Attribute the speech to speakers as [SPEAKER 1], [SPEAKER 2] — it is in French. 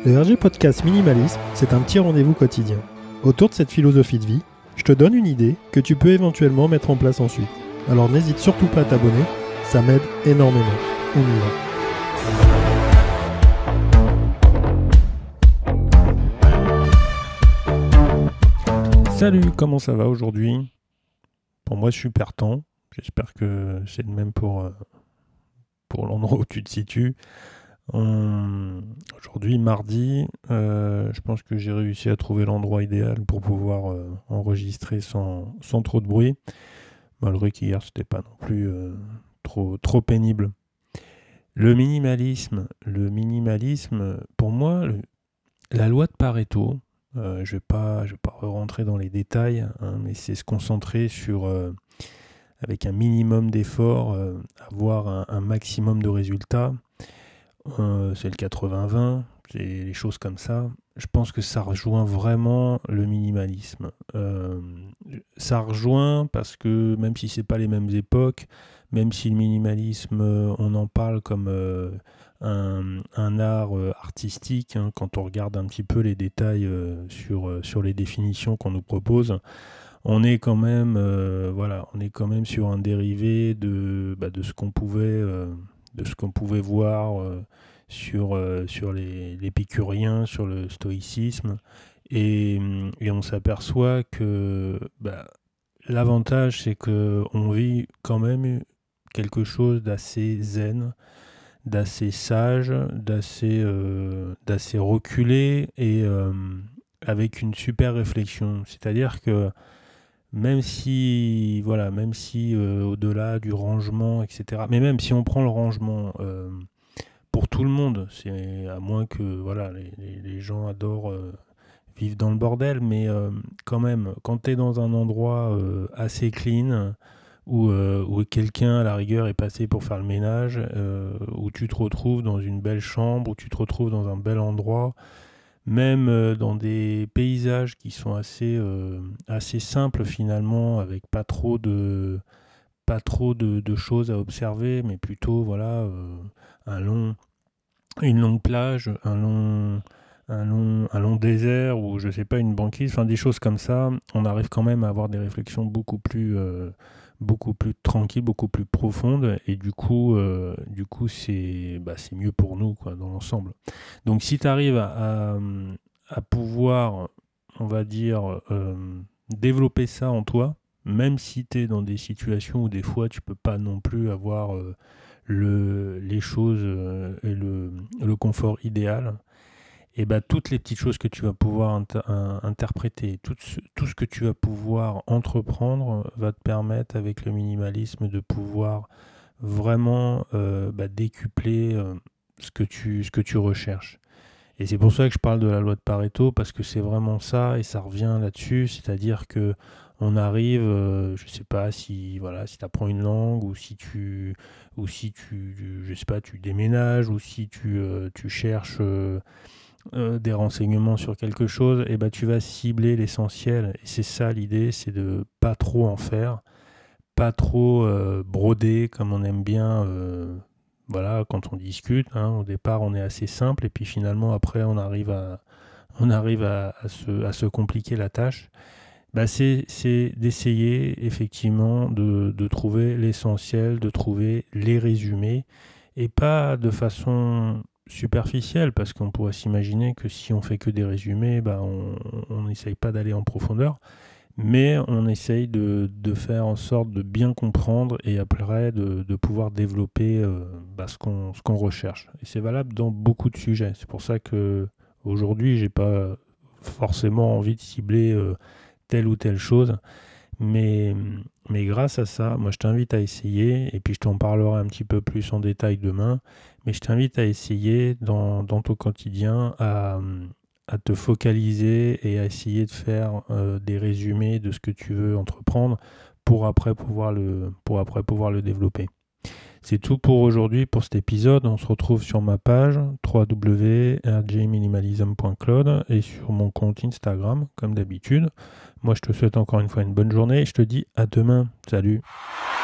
[SPEAKER 1] Le RG Podcast Minimalisme, c'est un petit rendez-vous quotidien. Autour de cette philosophie de vie, je te donne une idée que tu peux éventuellement mettre en place ensuite. Alors n'hésite surtout pas à t'abonner, ça m'aide énormément. On y va. Salut, comment ça va aujourd'hui ? Pour moi, super temps. J'espère que c'est le même pour l'endroit où tu te situes. Aujourd'hui, mardi, je pense que j'ai réussi à trouver l'endroit idéal pour pouvoir enregistrer sans trop de bruit, malgré qu'hier, c'était pas non plus trop pénible. Le minimalisme, pour moi, la loi de Pareto, je vais pas rentrer dans les détails, hein, mais c'est se concentrer sur, avec un minimum d'efforts, avoir un maximum de résultats. C'est le 80-20, c'est les choses comme ça. Je pense que ça rejoint vraiment le minimalisme. Ça rejoint parce que même si c'est pas les mêmes époques, même si le minimalisme, on en parle comme un art artistique, hein, quand on regarde un petit peu les détails sur les définitions qu'on nous propose, on est quand même, sur un dérivé de ce qu'on pouvait voir sur l'épicurien, sur le stoïcisme, et on s'aperçoit que l'avantage, c'est qu'on vit quand même quelque chose d'assez zen, d'assez sage, d'assez reculé, et avec une super réflexion. C'est-à-dire que même si au-delà du rangement, etc., mais même si on prend le rangement pour tout le monde, c'est à moins que les gens adorent vivre dans le bordel, mais quand même, quand tu es dans un endroit assez clean, où quelqu'un à la rigueur est passé pour faire le ménage, où tu te retrouves dans une belle chambre, où tu te retrouves dans un bel endroit, même dans des paysages qui sont assez simples finalement, avec pas trop de choses à observer, mais plutôt une longue plage, un long désert, ou je sais pas, une banquise, enfin des choses comme ça. On arrive quand même à avoir des réflexions beaucoup plus tranquilles, beaucoup plus profondes, et du coup c'est mieux pour nous, quoi, dans l'ensemble. Donc si tu arrives à pouvoir, on va dire, développer ça en toi, même si tu es dans des situations où des fois tu peux pas non plus avoir les choses et le confort idéal, et toutes les petites choses que tu vas pouvoir interpréter, tout ce que tu vas pouvoir entreprendre va te permettre, avec le minimalisme, de pouvoir vraiment décupler ce que tu recherches. Et c'est pour ça que je parle de la loi de Pareto, parce que c'est vraiment ça, et ça revient là-dessus, c'est-à-dire que on arrive, je sais pas si tu apprends une langue, ou si tu je sais pas, tu déménages, ou si tu cherches des renseignements sur quelque chose, et tu vas cibler l'essentiel. Et c'est ça l'idée, c'est de pas trop en faire, pas trop broder comme on aime bien. Quand on discute, hein, au départ on est assez simple, et puis finalement après on arrive à se compliquer la tâche. C'est d'essayer effectivement de trouver l'essentiel, de trouver les résumés, et pas de façon superficielle, parce qu'on pourrait s'imaginer que si on fait que des résumés, on n'essaye pas d'aller en profondeur, mais on essaye de faire en sorte de bien comprendre, et après de pouvoir développer ce qu'on recherche. Et c'est valable dans beaucoup de sujets. C'est pour ça que aujourd'hui, j'ai pas forcément envie de cibler telle ou telle chose, mais grâce à ça, moi je t'invite à essayer, et puis je t'en parlerai un petit peu plus en détail demain, mais je t'invite à essayer dans ton quotidien à te focaliser, et à essayer de faire des résumés de ce que tu veux entreprendre, pour après pouvoir le développer. C'est tout pour aujourd'hui, pour cet épisode. On se retrouve sur ma page www.rjminimalism.cloud et sur mon compte Instagram, comme d'habitude. Moi, je te souhaite encore une fois une bonne journée, et je te dis à demain. Salut!